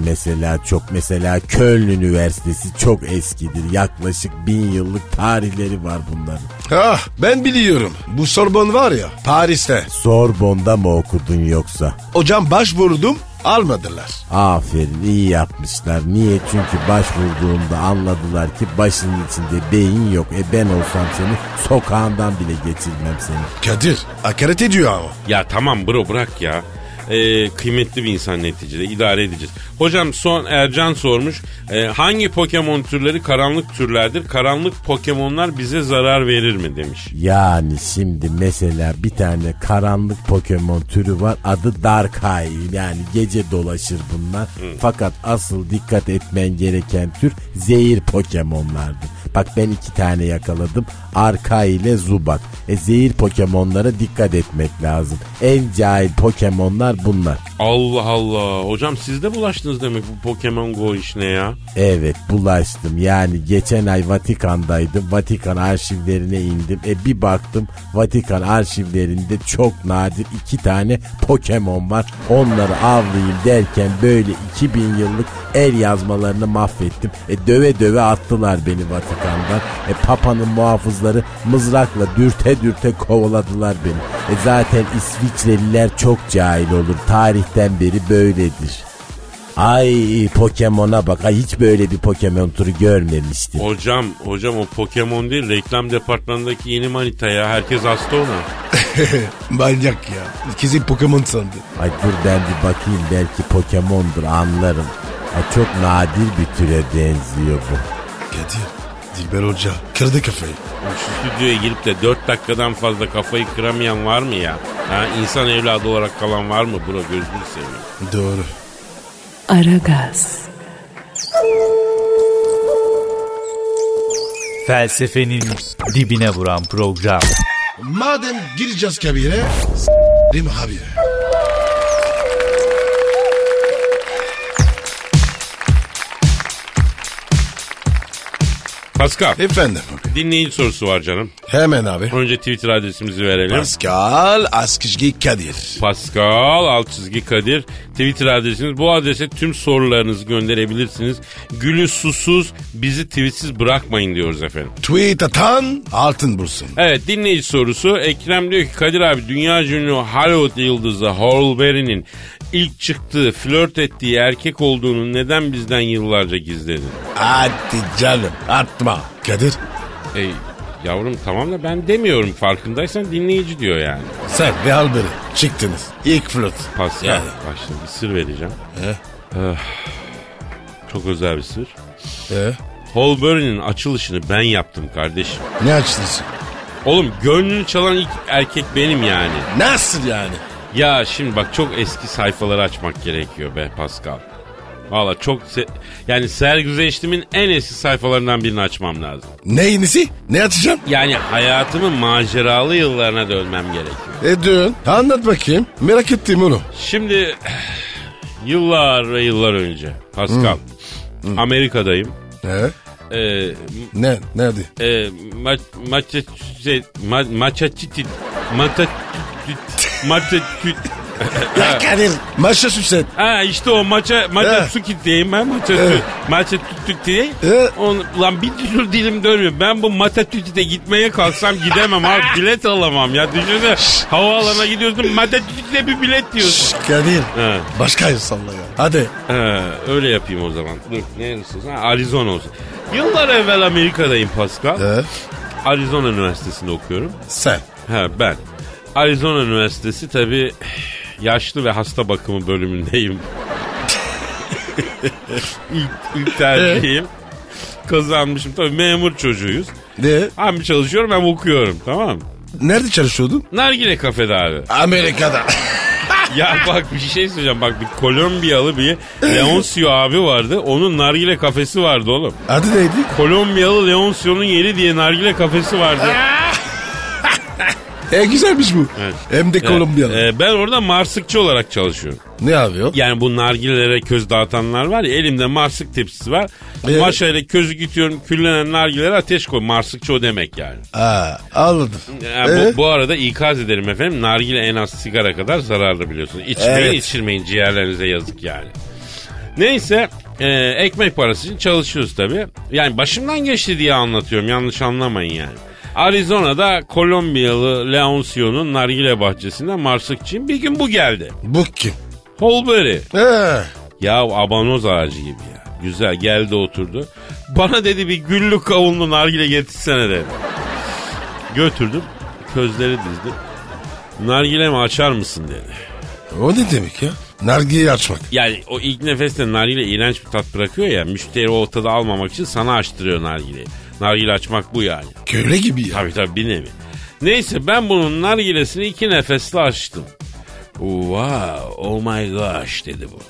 mesela Köln Üniversitesi çok eskidir. Yaklaşık 1000 yıllık tarihleri var bunların. Ben biliyorum. Bu Sorbonne var ya Paris'te. Sorbonne'da mı okudun yoksa? Hocam başvurdum. Almadılar. Aferin iyi yapmışlar. Niye? Çünkü başvurduğunda anladılar ki başının içinde beyin yok. Ben olsam seni sokağından bile geçirmem seni. Kadir hakaret ediyor ama. Ya tamam bro bırak ya. Kıymetli bir insan neticede idare edeceğiz. Hocam son Ercan sormuş. Hangi Pokemon türleri karanlık türlerdir? Karanlık Pokemonlar bize zarar verir mi demiş. Yani şimdi mesela bir tane karanlık Pokemon türü var. Adı Darkrai. Yani gece dolaşır bunlar. Fakat asıl dikkat etmen gereken tür zehir Pokemonlardır. Bak ben 2 tane yakaladım. Arkai ile Zubat. Zehir Pokemonlara dikkat etmek lazım. En cahil Pokemonlar bunlar. Allah Allah. Hocam siz de bulaştınız demek bu Pokemon Go işine ya. Evet bulaştım. Yani geçen ay Vatikan'daydım. Vatikan arşivlerine indim. Bir baktım Vatikan arşivlerinde çok nadir 2 tane Pokemon var. Onları avlayayım derken böyle 2000 yıllık el yazmalarını mahvettim. Döve döve attılar beni Vatikan'dan. Papa'nın muhafızları mızrakla dürte kovaladılar beni. Zaten İsviçreliler çok cahil olur. Tarihten beri böyledir. Ay Pokemon'a bak. Ay hiç böyle bir Pokemon türü görmemiştim. Hocam o Pokemon değil reklam departmanındaki yeni manita ya. Herkes hasta ona. Manyak ya. Kesin Pokemon sandı. Ay dur ben bir bakayım belki Pokemon'dur anlarım. Ay çok nadir bir türe benziyor bu. Kadir, Dilber Hoca kırdı kafayı. Şu stüdyoya girip de 4 dakikadan fazla kafayı kıramayan var mı ya? İnsan evladı olarak kalan var mı bro gözünü seveyim. Doğru. Aragaz. Felsefenin dibine vuran program. Madem gireceğiz kabire, s***rim habire. Pascal. Efendim. Dinleyici sorusu var canım. Hemen abi. Önce Twitter adresimizi verelim. Pascal Askizgi Kadir. Pascal _ Kadir Twitter adresimiz. Bu adrese tüm sorularınızı gönderebilirsiniz. Gülü susuz bizi tweetsiz bırakmayın diyoruz efendim. Tweet atan altın bulsun. Evet dinleyici sorusu. Ekrem diyor ki Kadir abi dünya ünlü Hollywood yıldızı Halle Berry'nin ilk çıktığı flört ettiği erkek olduğunu neden bizden yıllarca gizledin? Hadi canım atma. Kadir. Yavrum tamam da ben demiyorum farkındaysan dinleyici diyor yani. Sen ve Alberi çıktınız. İlk flört. Pascal Yani. bak şimdi bir sır vereceğim. Çok özel bir sır. Halle Berry'nin açılışını ben yaptım kardeşim. Ne açtınız? Oğlum gönlünü çalan ilk erkek benim yani. Nasıl yani? Ya şimdi bak çok eski sayfaları açmak gerekiyor be Pascal. Valla çok yani sergüzeştimin en eski sayfalarından birini açmam lazım. Neyinisi? Ne açacağım? Yani hayatımın maceralı yıllarına dönmem gerekiyor. Dön. Anlat bakayım. Merak ettim onu. Şimdi yıllar ve yıllar önce Pascal Amerika'dayım. Nerede? Kadir. Maça süset. İşte o maça su kitleyim ben maça tuttuk diye. Lan bir türlü dilim dönmüyor. Ben bu maça tuttuğuna gitmeye kalksam gidemem abi. Bilet alamam ya. Düşünsene havaalanına gidiyorsun maça tuttuğuna bir bilet diyorsun. Kadir. Başka salla ya. Hadi. Öyle yapayım o zaman. Dur neresi? Arizona olsun. Yıllar evvel Amerika'dayım Pascal. Arizona Üniversitesi'nde okuyorum. Sen. Ben. Arizona Üniversitesi tabii yaşlı ve hasta bakımı bölümündeyim. ilk tercihim. Kazanmışım tabii, memur çocuğuyuz. Ne? Hem çalışıyorum hem okuyorum, tamam mı? Nerede çalışıyordun? Nargile kafede abi. Amerika'da. Ya bak bir şey söyleyeceğim, bak bir Kolombiyalı bir Leoncio abi vardı, onun nargile kafesi vardı oğlum. Adı neydi? Kolombiyalı Leoncio'nun yeri diye nargile kafesi vardı. Güzelmiş bu. Evet. Hem de Kolombiyalı. Ben orada marsıkçı olarak çalışıyorum. Ne yapıyor? Yani bu nargilelere köz dağıtanlar var ya, elimde marsık tepsisi var. Evet. Maşayla közü gidiyorum, küllenen nargilelere ateş koy. Marsıkçı o demek yani. Anladım. Yani bu arada ikaz ederim efendim, nargile en az sigara kadar zararlı biliyorsunuz. İçmeyin, içirmeyin, ciğerlerinize yazık yani. Neyse ekmek parası için çalışıyoruz tabii. Yani başımdan geçti diye anlatıyorum, yanlış anlamayın yani. Arizona'da Kolombiyalı Leoncio'nun nargile bahçesinden marsıkçıyım. Bir gün bu geldi. Bu kim? Holberry. He. Ya abanoz ağacı gibi ya. Güzel, geldi oturdu. Bana dedi bir güllü kavunlu nargile getirsene dedi. Götürdüm. Közleri dizdim. Nargilemi açar mısın dedi. O ne demek ya? Nargileyi açmak. Yani o ilk nefeste nargile iğrenç bir tat bırakıyor ya. Müşteri o tadı almamak için sana açtırıyor nargileyi. Nargile açmak bu yani. Köle gibi ya. Tabii bir nevi. Neyse ben bunun nargilesini 2 nefesle açtım. Wow, oh my gosh dedi bu.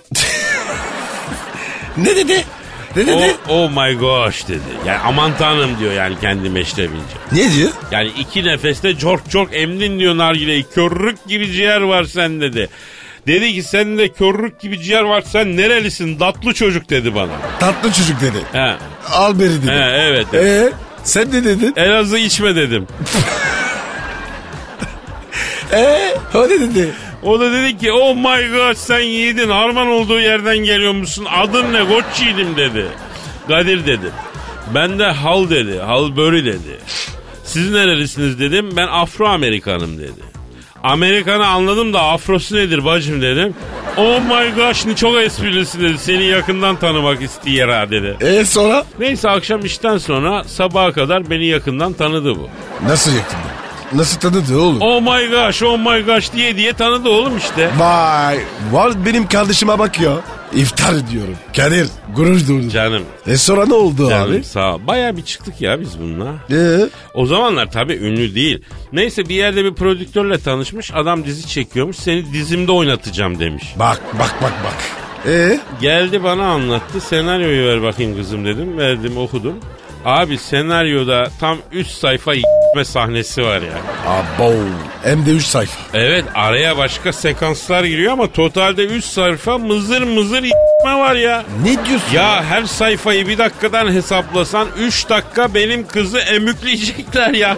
Ne dedi? Ne dedi? Oh my gosh dedi. Yani aman tanrım diyor yani kendi meşrebince. Ne diyor? Yani 2 nefeste çok çok emdin diyor nargileyi. Körrük gibi ciğer var sen dedi. Dedi ki sende körrük gibi ciğer var, sen nerelisin tatlı çocuk dedi bana. Tatlı çocuk dedi. He. Al beri dedi. Evet. Sen ne dedin? Elazığ içme dedim. O ne dedi? O da dedi ki oh my god sen yiğidin, harman olduğu yerden geliyormuşsun, adın ne, koç yiğidim dedi. Kadir dedim. Ben de hal dedi, hal börü dedi. Siz nerelisiniz dedim, ben Afro-Amerikanım dedi. Amerikan'ı anladım da afrosu nedir bacım dedim. Oh my gosh çok esprilisin dedi, seni yakından tanımak istiyor ha dedi. Sonra? Neyse akşam işten sonra sabaha kadar beni yakından tanıdı bu. Nasıl yakından? Nasıl tanıdı oğlum? Oh my gosh diye tanıdı oğlum işte. Vay. Var benim kardeşime bak ya. İftar ediyorum. Kadir gurur duydum. Canım. Sonra ne oldu Canım, abi? sağ ol. Bayağı bir çıktık ya biz bununla. O zamanlar tabii ünlü değil. Neyse bir yerde bir prodüktörle tanışmış. Adam dizi çekiyormuş. Seni dizimde oynatacağım demiş. Bak. Geldi bana anlattı. Senaryoyu ver bakayım kızım dedim. Verdim, okudum. Abi senaryoda tam 3 sayfa sahnesi var ya. Abo. Hem de 3 sayfa. Evet, araya başka sekanslar giriyor ama totalde 3 sayfa mızır var ya. Ne diyorsun? Ya her sayfayı bir dakikadan hesaplasan 3 dakika benim kızı emükleyecekler ya.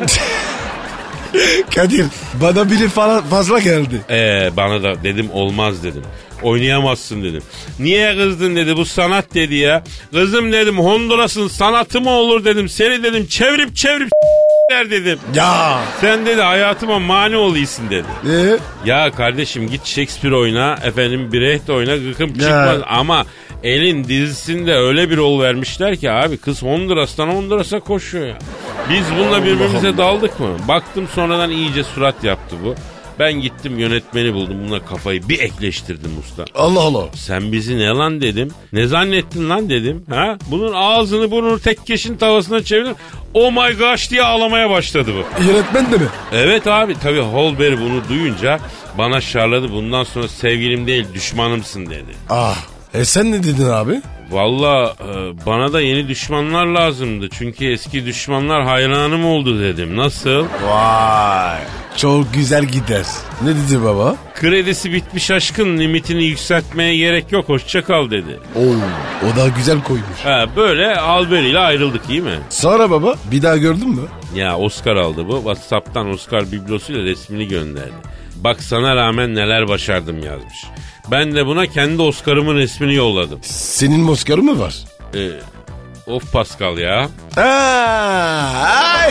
Kadir bana biri fazla geldi. Bana da dedim olmaz dedim. Oynayamazsın dedim. Niye kızdın dedi, bu sanat dedi ya. Kızım dedim, Honduras'ın sanatı mı olur dedim. Seni dedim çevirip dedim. Ya. Sen dedi hayatıma mani oluyorsun dedi. Ya kardeşim git Shakespeare oyna, efendim Brecht oyna, gıkım çıkmaz ama elin dizisinde öyle bir rol vermişler ki abi, kız Honduras'tan Honduras'a koşuyor ya. Biz bununla birbirimize daldık mı? Baktım sonradan iyice surat yaptı bu. Ben gittim yönetmeni buldum, buna kafayı bir ekleştirdim usta. Allah. Sen bizi ne lan dedim. Ne zannettin lan dedim. Ha? Bunun ağzını burnunu tekkeşin tavasına çevirdim. Oh my gosh diye ağlamaya başladı bu. Yönetmen de mi? Evet abi, tabii Holberry bunu duyunca bana şarladı. Bundan sonra sevgilim değil düşmanımsın dedi. Sen ne dedin abi? Valla bana da yeni düşmanlar lazımdı. Çünkü eski düşmanlar hayranım oldu dedim. Nasıl? Vay. Çok güzel gider. Ne dedi baba? Kredisi bitmiş aşkın, limitini yükseltmeye gerek yok, hoşça kal dedi. O da güzel koymuş. Böyle Holberry ile ayrıldık, iyi mi? Sonra baba bir daha gördün mü? Ya Oscar aldı bu. WhatsApp'tan Oscar biblosuyla resmini gönderdi. Bak sana rağmen neler başardım yazmış. Ben de buna kendi Oscar'ımın resmini yolladım. Senin Oscar'ı mı var? Of Pascal ya.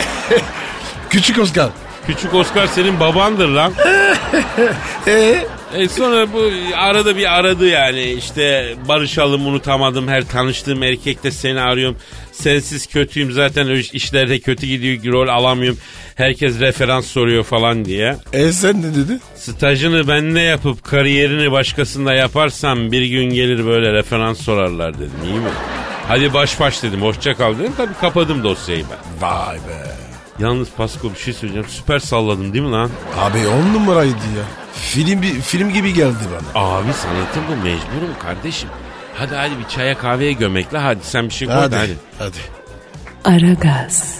Küçük Oscar. Küçük Oscar senin babandır lan. Sonra bu arada bir aradı yani işte barışalım unutamadım her tanıştığım erkekte seni arıyorum. Sensiz kötüyüm zaten işlerde kötü gidiyor rol alamıyorum. Herkes referans soruyor falan diye. Sen ne dedi? Stajını bende yapıp kariyerini başkasında yaparsam bir gün gelir böyle referans sorarlar dedim iyi mi? Hadi baş dedim hoşça kal dedim tabii kapadım dosyayı ben. Vay be. Yalnız Pasko bir şey söyleyeceğim süper salladım değil mi lan? Abi 10 numaraydı ya. Film gibi geldi bana. Abi sanatım bu mecburum kardeşim. Hadi bir çaya kahveye gömekle hadi sen bir şey koy hadi. Hadi. Aragaz.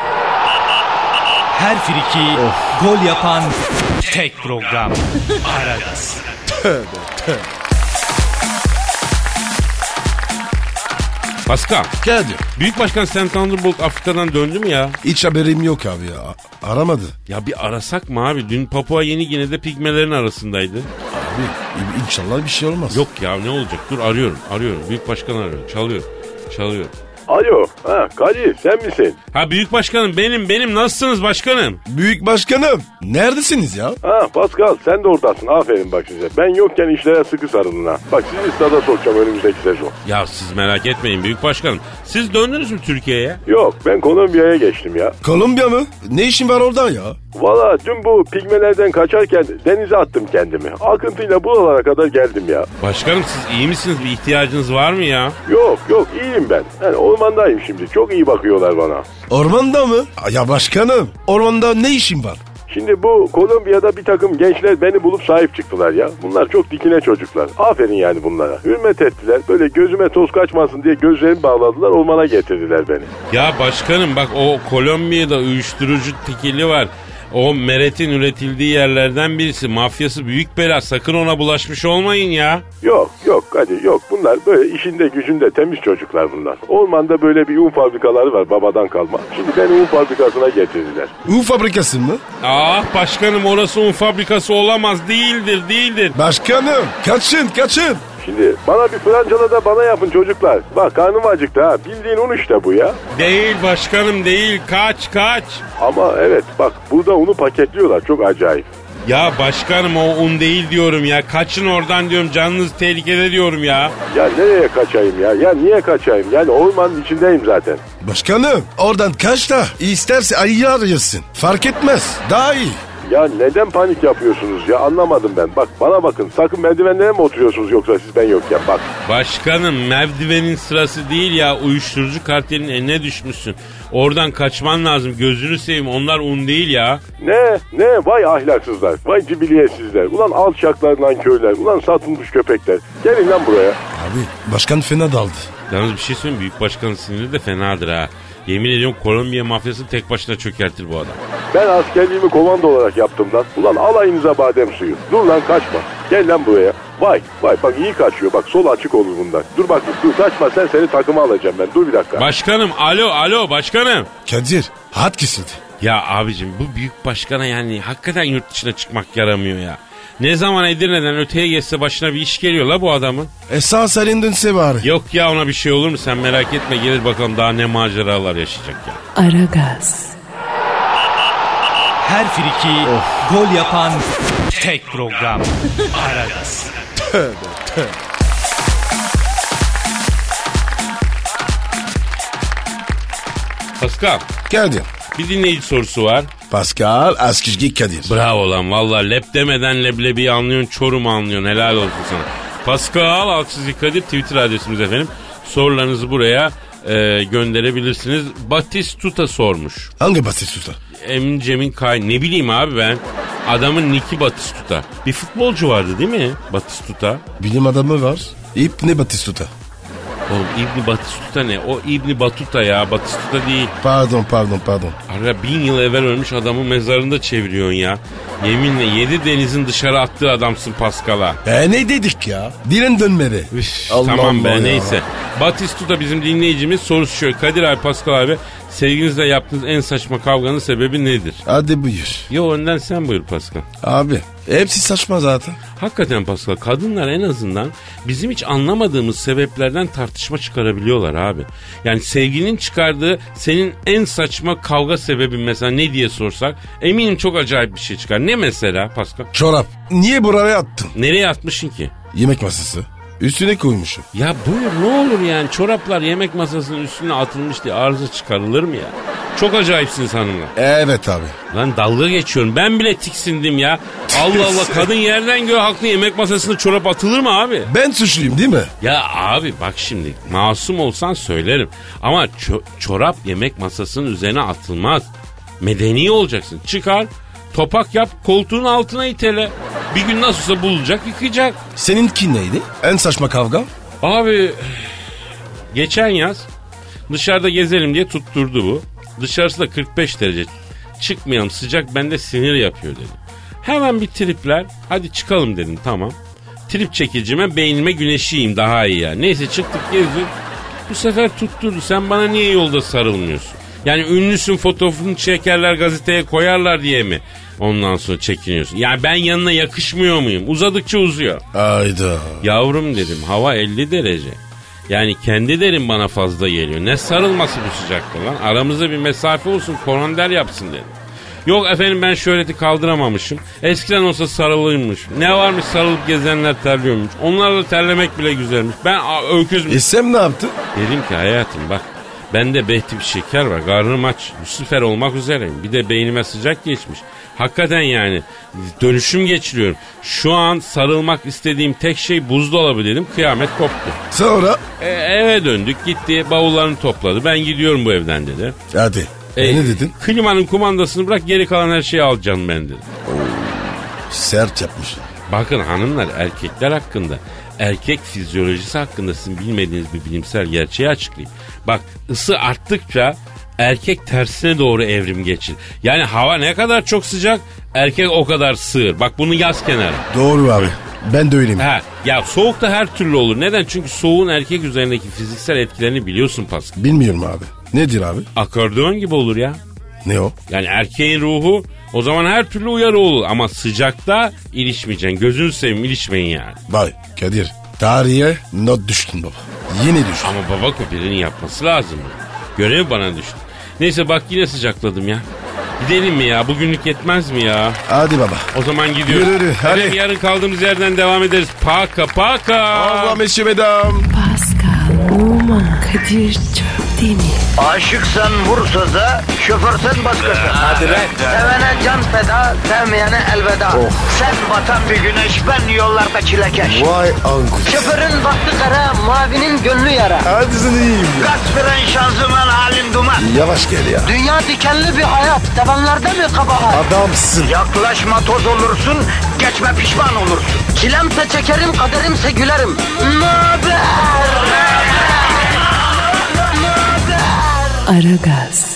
Her friki gol yapan tek program. Aragaz. Tövbe. Pascal. Geldi. Büyük Başkan Sten Thunderbolt Afrika'dan döndü mü ya? Hiç haberim yok abi ya. Aramadı. Ya bir arasak mı abi? Dün Papua Yeni Gine'de pigmelerin arasındaydı. Abi inşallah bir şey olmaz. Yok ya ne olacak? Dur arıyorum. Büyük Başkan arıyorum. Çalıyor. Alo, Kadir sen misin? Ha Büyük Başkanım benim. Nasılsınız başkanım? Büyük Başkanım neredesiniz ya? Pascal sen de oradasın aferin bak size. Ben yokken işlere sıkı sarılın ha. Bak sizi stada sokacağım önümüzdeki sezon. Ya siz merak etmeyin Büyük Başkanım. Siz döndünüz mü Türkiye'ye? Yok ben Kolombiya'ya geçtim ya. Kolombiya mı? Ne işin var orada ya? Valla dün bu pigmelerden kaçarken denize attım kendimi. Akıntıyla buralara kadar geldim ya. Başkanım siz iyi misiniz? Bir ihtiyacınız var mı ya? Yok iyiyim ben. Yani ormandayım şimdi. Çok iyi bakıyorlar bana. Ormanda mı? Ya başkanım ormanda ne işin var? Şimdi bu Kolombiya'da bir takım gençler beni bulup sahip çıktılar ya. Bunlar çok dikine çocuklar. Aferin yani bunlara. Hürmet ettiler. Böyle gözüme toz kaçmasın diye gözlerimi bağladılar. Ormana getirdiler beni. Ya başkanım bak o Kolombiya'da uyuşturucu tekili var. O meretin üretildiği yerlerden birisi. Mafyası büyük bela. Sakın ona bulaşmış olmayın ya. Yok hadi yok. Bunlar böyle işinde gücünde temiz çocuklar bunlar. Ormanda böyle bir un fabrikaları var babadan kalma. Şimdi beni un fabrikasına getirdiler. Un fabrikası mı? Başkanım orası un fabrikası olamaz. Değildir. Başkanım kaçın. Şimdi bana bir francala da bana yapın çocuklar. Bak karnım acıktı ha. Bildiğin un işte bu ya. Değil başkanım değil. Kaç. Ama evet bak burada unu paketliyorlar. Çok acayip. Ya başkanım o un değil diyorum ya. Kaçın oradan diyorum. Canınız tehlikede diyorum ya. Ya nereye kaçayım ya? Ya niye kaçayım? Yani ormanın içindeyim zaten. Başkanım oradan kaç da isterse ayı arıyorsun. Fark etmez. Daha iyi. Ya neden panik yapıyorsunuz ya anlamadım ben. Bak bana bakın sakın merdivenlere mi oturuyorsunuz yoksa siz ben yokken bak. Başkanım merdivenin sırası değil ya uyuşturucu kartelinin eline düşmüşsün. Oradan kaçman lazım gözünü seveyim onlar un değil ya. Ne vay ahlaksızlar vay cibiliyetsizler ulan alçaklar nankörler ulan satılmış köpekler. Gelin lan buraya. Abi başkan fena daldı. Yalnız bir şey söyleyeyim büyük başkanın siniri de fenadır ha. Yemin ediyorum Kolombiya mafyası tek başına çökertir bu adam. Ben askerliğimi komando olarak yaptım lan. Ulan alayınıza badem suyu. Dur lan kaçma. Gel lan buraya. Vay bak iyi kaçıyor. Bak sol açık olur bundan. Dur bakayım dur kaçma sen seni takıma alacağım ben. Dur bir dakika. Başkanım alo başkanım. Kadir hat kesildi. Ya abicim bu büyük başkana yani hakikaten yurt dışına çıkmak yaramıyor ya. Ne zaman Edirne'den öteye geçse başına bir iş geliyor la bu adamın. Sağ sarin dönse bari. Yok ya ona bir şey olur mu sen merak etme gelir bakalım daha ne maceralar yaşayacak ya. Aragaz. Her friki gol yapan tek program. Aragaz. Tövbe. Pascal Kadir. bir dinleyici sorusu var. Pascal Askizgi Kadir. Bravo lan valla lep demeden leblebi anlıyorsun Çorum'u anlıyorsun helal olsun sana. Pascal Askizgi Kadir Twitter adresimiz efendim. Sorularınızı buraya gönderebilirsiniz. Batistuta sormuş. Hangi Batistuta? Emin Cem'in ne bileyim abi ben. Adamın Niki Batistuta. Bir futbolcu vardı değil mi Batistuta? Bilim adamı var. İbni Batistuta. Oğlum İbni Batistuta ne? O İbni Batuta ya Batistuta değil. Pardon. Ara 1000 yıl evvel ölmüş adamın mezarında çeviriyorsun ya. Yeminle 7 denizin dışarı attığı adamsın Pascal'a. Ne dedik ya? Dilin dönmedi. Tamam be neyse. Batistuta bizim dinleyicimiz sorusu şöyle. Kadir abi Pascal abi sevgilinizle yaptığınız en saçma kavganın sebebi nedir? Hadi buyur. Yo önden sen buyur Pascal. Abi hepsi saçma zaten. Hakikaten Pascal, kadınlar en azından bizim hiç anlamadığımız sebeplerden tartışma çıkarabiliyorlar abi. Yani sevgilinin çıkardığı senin en saçma kavga sebebin mesela ne diye sorsak eminim çok acayip bir şey çıkar. Ne mesela Pascal? Çorap. Niye buraya attın? Nereye atmışsın ki? Yemek masası. Üstüne koymuşum. Ya buyur ne olur yani, çoraplar yemek masasının üstüne atılmış diye arıza çıkarılır mı ya? Çok acayipsiniz hanımlar. Evet abi. Lan dalga geçiyorum, ben bile tiksindim ya. Allah Allah, kadın yerden göğe haklı, yemek masasına çorap atılır mı abi? Ben suçluyum değil mi? Ya abi bak şimdi, masum olsan söylerim. Ama çorap yemek masasının üzerine atılmaz. Medeni olacaksın, çıkar topak yap, koltuğun altına itele. Bir gün nasılsa bulacak, yıkayacak. Seninki neydi? En saçma kavga? Abi geçen yaz dışarıda gezelim diye tutturdu bu. Dışarısı da 45 derece. Çıkmayalım, sıcak bende sinir yapıyor dedi. Hemen bir tripler, hadi çıkalım dedim, tamam. Trip çekicime beynime güneşi yiyeyim daha iyi ya. Neyse çıktık, gezdik. Bu sefer tutturdu, sen bana niye yolda sarılmıyorsun? Yani ünlüsün, fotoğrafını çekerler gazeteye koyarlar diye mi ondan sonra çekiniyorsun? Yani ben yanına yakışmıyor muyum? Uzadıkça uzuyor. Ayda. Yavrum dedim, hava 50 derece. Yani kendi derim bana fazla geliyor. Ne sarılması bu sıcakta lan? Aramızda bir mesafe olsun, koronder yapsın dedim. Yok efendim, ben şöhreti kaldıramamışım. Eskiden olsa sarılırmış. Ne varmış, sarılıp gezenler terliyormuş. Onlarla terlemek bile güzelmiş. Ben öküzmüş. Sen ne yaptın? Dedim ki hayatım bak, bende behti bir şeker var. Karnım aç. Lucifer olmak üzereyim. Bir de beynime sıcak geçmiş. Hakikaten yani dönüşüm geçiriyorum. Şu an sarılmak istediğim tek şey buzdolabı dedim. Kıyamet koptu. Sonra? Eve döndük, gitti bavullarını topladı. Ben gidiyorum bu evden dedi. Hadi. Ne dedin? Klimanın kumandasını bırak, geri kalan her şeyi alacağım ben dedi. Sert yapmış. Bakın hanımlar, erkekler hakkında, erkek fizyolojisi hakkında sizin bilmediğiniz bir bilimsel gerçeği açıklayayım. Bak, ısı arttıkça erkek tersine doğru evrim geçirir. Yani hava ne kadar çok sıcak, erkek o kadar sığır. Bak bunu yaz kenara. Doğru abi. Ben de öyleyim. Ya soğukta her türlü olur. Neden? Çünkü soğuğun erkek üzerindeki fiziksel etkilerini biliyorsun Pascal. Bilmiyorum abi. Nedir abi? Akordeon gibi olur ya. Ne o? Yani erkeğin ruhu o zaman her türlü uyarı olur. Ama sıcakta ilişmeyeceksin. Gözünü seveyim, ilişmeyin yani. Vay Kadir. Tarihe not düştün baba. Yine düştün. Ama baba birinin yapması lazım. Görev bana düştü. Neyse bak, yine sıcakladım ya. Gidelim mi ya? Bugünlük yetmez mi ya? Hadi baba. O zaman gidiyoruz. Yürü, hadi. Efendim, yarın kaldığımız yerden devam ederiz. Paka paka. Allah mesut edam. Pascal, Oman, Kadir çok değil mi? Aşıksan vursa da, şoförsen başkasın. Hadi lan. Sevene can feda, sevmeyene elveda. Sen batan bir güneş, ben yollarda çilekeş. Vay anku. Şoförün baktı kara, mavinin gönlü yara. Hadi sen iyiyim ya. Kasperen şanzıman halin duman. Yavaş gel ya. Dünya dikenli bir hayat, sevenlerde mi kabahar? Adamsın. Yaklaşma toz olursun, geçme pişman olursun. Çilemse çekerim, kaderimse gülerim. Möber! Aragaz.